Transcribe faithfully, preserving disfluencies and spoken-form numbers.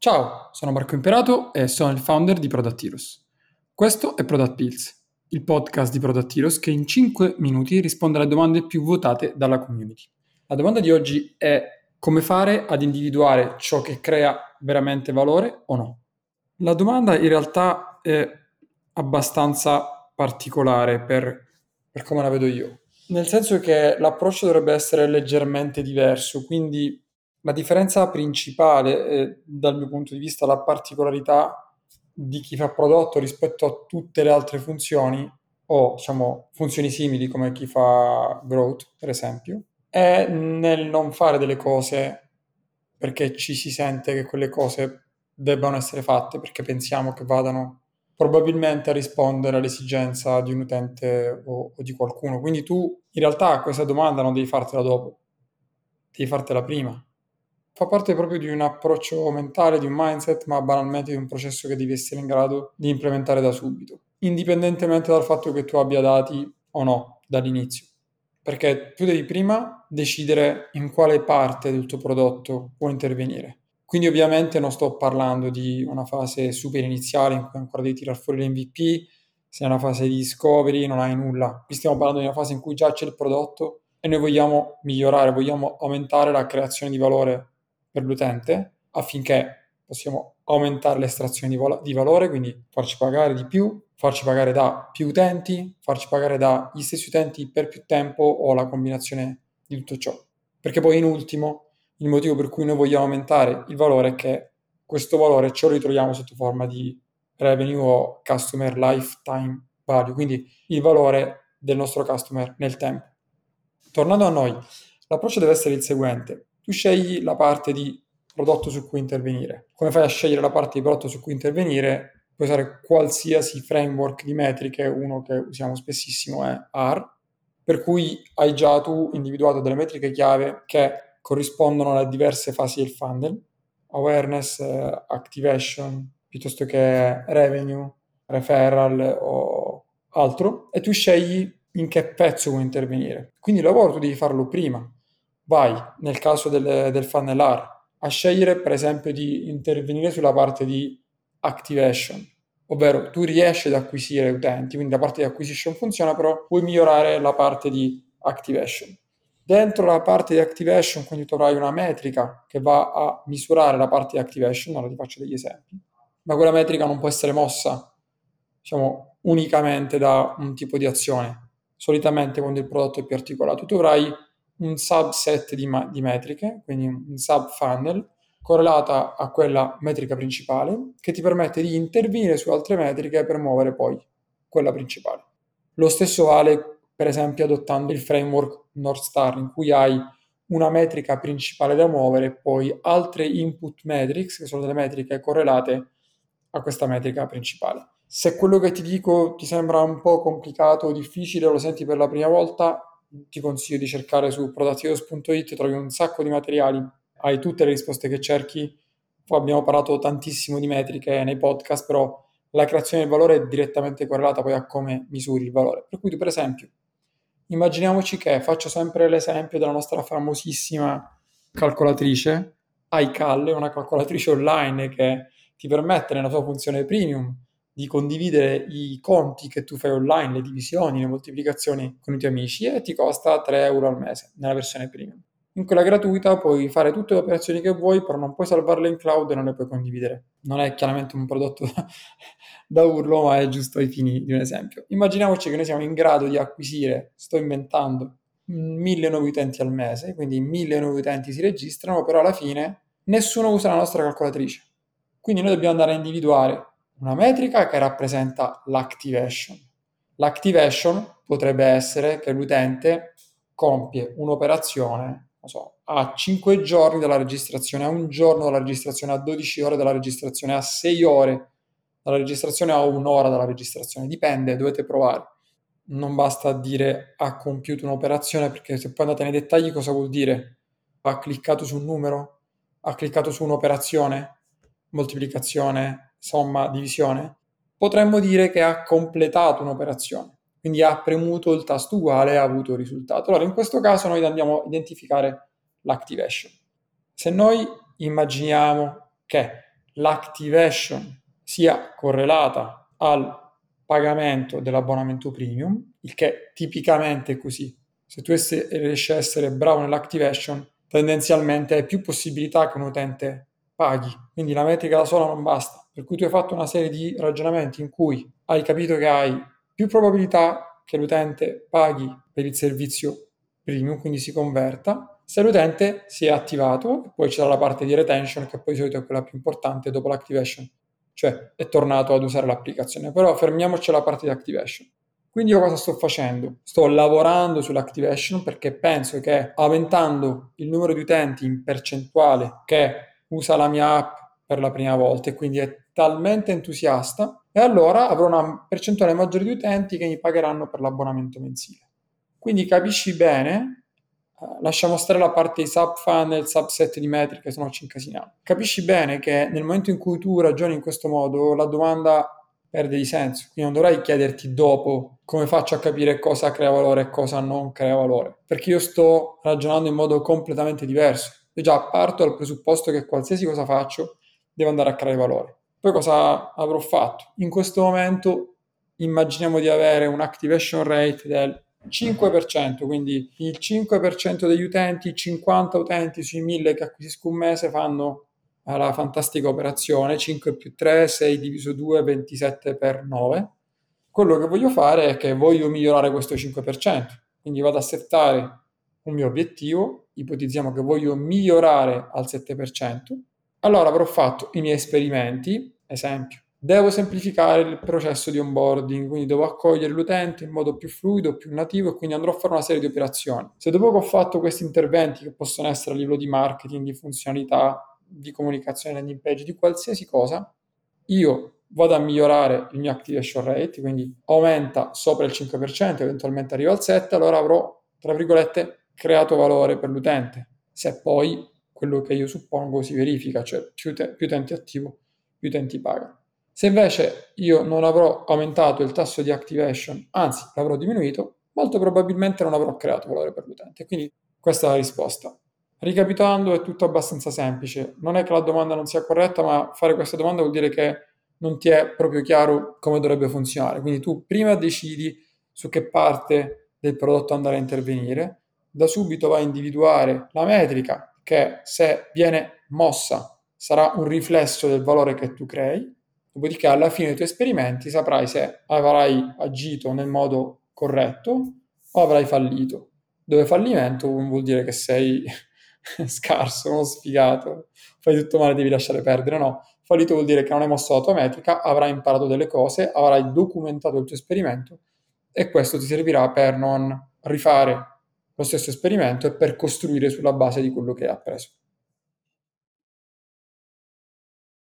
Ciao, sono Marco Imperato e sono il founder di Product Heroes. Questo è Product Pills, il podcast di Product Heroes che in cinque minuti risponde alle domande più votate dalla community. La domanda di oggi è: come fare ad individuare ciò che crea veramente valore o no? La domanda in realtà è abbastanza particolare per, per come la vedo io, nel senso che l'approccio dovrebbe essere leggermente diverso, quindi la differenza principale è, dal mio punto di vista, la particolarità di chi fa prodotto rispetto a tutte le altre funzioni o, diciamo, funzioni simili come chi fa growth, per esempio, è nel non fare delle cose perché ci si sente che quelle cose debbano essere fatte, perché pensiamo che vadano probabilmente a rispondere all'esigenza di un utente o, o di qualcuno. Quindi tu in realtà questa domanda non devi fartela dopo, devi fartela prima. Fa parte proprio di un approccio mentale, di un mindset, ma banalmente di un processo che devi essere in grado di implementare da subito, indipendentemente dal fatto che tu abbia dati o no dall'inizio. Perché tu devi prima decidere in quale parte del tuo prodotto può intervenire. Quindi ovviamente non sto parlando di una fase super iniziale in cui ancora devi tirare fuori l'M V P, sei in una fase di discovery, non hai nulla. Qui stiamo parlando di una fase in cui già c'è il prodotto e noi vogliamo migliorare, vogliamo aumentare la creazione di valore per l'utente affinché possiamo aumentare l'estrazione di, val- di valore, quindi farci pagare di più, farci pagare da più utenti, farci pagare dagli stessi utenti per più tempo o la combinazione di tutto ciò. Perché poi in ultimo il motivo per cui noi vogliamo aumentare il valore è che questo valore ce lo ritroviamo sotto forma di revenue o customer lifetime value, quindi il valore del nostro customer nel tempo. Tornando a noi, l'approccio deve essere il seguente: tu scegli la parte di prodotto su cui intervenire. Come fai a scegliere la parte di prodotto su cui intervenire? Puoi usare qualsiasi framework di metriche, uno che usiamo spessissimo è A R, per cui hai già tu individuato delle metriche chiave che corrispondono alle diverse fasi del funnel: awareness, eh, activation, piuttosto che revenue, referral o altro, e tu scegli in che pezzo vuoi intervenire. Quindi il lavoro tu devi farlo prima. Vai, nel caso del, del funnel A R, a scegliere per esempio di intervenire sulla parte di activation, ovvero tu riesci ad acquisire utenti, quindi la parte di acquisition funziona, però vuoi migliorare la parte di activation. Dentro la parte di activation, quindi tu avrai una metrica che va a misurare la parte di activation, ora ti faccio degli esempi, ma quella metrica non può essere mossa, diciamo, unicamente da un tipo di azione. Solitamente quando il prodotto è più articolato, tu avrai un subset di, ma- di metriche, quindi un sub-funnel, correlata a quella metrica principale, che ti permette di intervenire su altre metriche per muovere poi quella principale. Lo stesso vale, per esempio, adottando il framework North Star, in cui hai una metrica principale da muovere e poi altre input metrics, che sono delle metriche correlate a questa metrica principale. Se quello che ti dico ti sembra un po' complicato o difficile, lo senti per la prima volta, ti consiglio di cercare su productivos punto it, trovi un sacco di materiali, hai tutte le risposte che cerchi. Poi abbiamo parlato tantissimo di metriche nei podcast, però la creazione del valore è direttamente correlata poi a come misuri il valore. Per cui tu, per esempio, immaginiamoci che faccio sempre l'esempio della nostra famosissima calcolatrice iCal, una calcolatrice online che ti permette nella tua funzione premium di condividere i conti che tu fai online, le divisioni, le moltiplicazioni con i tuoi amici, e ti costa tre euro al mese nella versione premium. In quella gratuita puoi fare tutte le operazioni che vuoi, però non puoi salvarle in cloud e non le puoi condividere. Non è chiaramente un prodotto da, da urlo, ma è giusto ai fini di un esempio. Immaginiamoci che noi siamo in grado di acquisire, sto inventando, mille nuovi utenti al mese, quindi mille nuovi utenti si registrano, però alla fine nessuno usa la nostra calcolatrice. Quindi noi dobbiamo andare a individuare una metrica che rappresenta l'activation. L'activation potrebbe essere che l'utente compie un'operazione, non so, a cinque giorni dalla registrazione, a un giorno dalla registrazione, a dodici ore dalla registrazione, a sei ore dalla registrazione, a un'ora dalla registrazione. Dipende, dovete provare. Non basta dire ha compiuto un'operazione, perché se poi andate nei dettagli cosa vuol dire? Ha cliccato su un numero? Ha cliccato su un'operazione? Moltiplicazione, somma, divisione? Potremmo dire che ha completato un'operazione, quindi ha premuto il tasto uguale e ha avuto il risultato. Allora, in questo caso noi andiamo a identificare l'activation. Se noi immaginiamo che l'activation sia correlata al pagamento dell'abbonamento premium, il che tipicamente è così. Se tu ess- riesci a essere bravo nell'activation, tendenzialmente hai più possibilità che un utente paghi. Quindi la metrica da sola non basta. Per cui tu hai fatto una serie di ragionamenti in cui hai capito che hai più probabilità che l'utente paghi per il servizio premium, quindi si converta, se l'utente si è attivato, e poi c'è la parte di retention che poi di solito è quella più importante dopo l'activation, cioè è tornato ad usare l'applicazione. Però fermiamoci alla parte di activation. Quindi io cosa sto facendo? Sto lavorando sull'activation perché penso che aumentando il numero di utenti in percentuale che usa la mia app per la prima volta e quindi è talmente entusiasta, e allora avrò una percentuale maggiore di utenti che mi pagheranno per l'abbonamento mensile. Quindi capisci bene, eh, lasciamo stare la parte di sub-funnel, subset di metriche, se no ci incasiniamo. Capisci bene che nel momento in cui tu ragioni in questo modo, la domanda perde di senso. Quindi non dovrai chiederti dopo come faccio a capire cosa crea valore e cosa non crea valore, perché io sto ragionando in modo completamente diverso. Io già parto dal presupposto che qualsiasi cosa faccio deve andare a creare valore. Poi cosa avrò fatto? In questo momento immaginiamo di avere un activation rate del cinque per cento, quindi il cinque per cento degli utenti, cinquanta utenti sui mille che acquisisco un mese fanno la fantastica operazione cinque più tre, sei diviso due, ventisette per nove. Quello che voglio fare è che voglio migliorare questo cinque per cento, quindi vado a settare un mio obiettivo, ipotizziamo che voglio migliorare al sette per cento, allora avrò fatto i miei esperimenti, esempio, devo semplificare il processo di onboarding, quindi devo accogliere l'utente in modo più fluido, più nativo e quindi andrò a fare una serie di operazioni. Se dopo che ho fatto questi interventi, che possono essere a livello di marketing, di funzionalità, di comunicazione landing page, di qualsiasi cosa, io vado a migliorare il mio activation rate, quindi aumenta sopra il cinque per cento, eventualmente arriva al sette per cento, allora avrò, tra virgolette, creato valore per l'utente. Se poi quello che io suppongo si verifica, cioè più, te- più utenti attivo, più utenti pagano. Se invece io non avrò aumentato il tasso di activation, anzi l'avrò diminuito, molto probabilmente non avrò creato valore per l'utente. Quindi questa è la risposta. Ricapitolando, è tutto abbastanza semplice. Non è che la domanda non sia corretta, ma fare questa domanda vuol dire che non ti è proprio chiaro come dovrebbe funzionare. Quindi tu prima decidi su che parte del prodotto andare a intervenire, da subito vai a individuare la metrica che, se viene mossa, sarà un riflesso del valore che tu crei. Dopodiché alla fine dei tuoi esperimenti saprai se avrai agito nel modo corretto o avrai fallito. Dove fallimento vuol dire che sei scarso, uno sfigato, fai tutto male, devi lasciare perdere. No, fallito vuol dire che non hai mosso la tua metrica, avrai imparato delle cose, avrai documentato il tuo esperimento e questo ti servirà per non rifare lo stesso esperimento e per costruire sulla base di quello che hai appreso.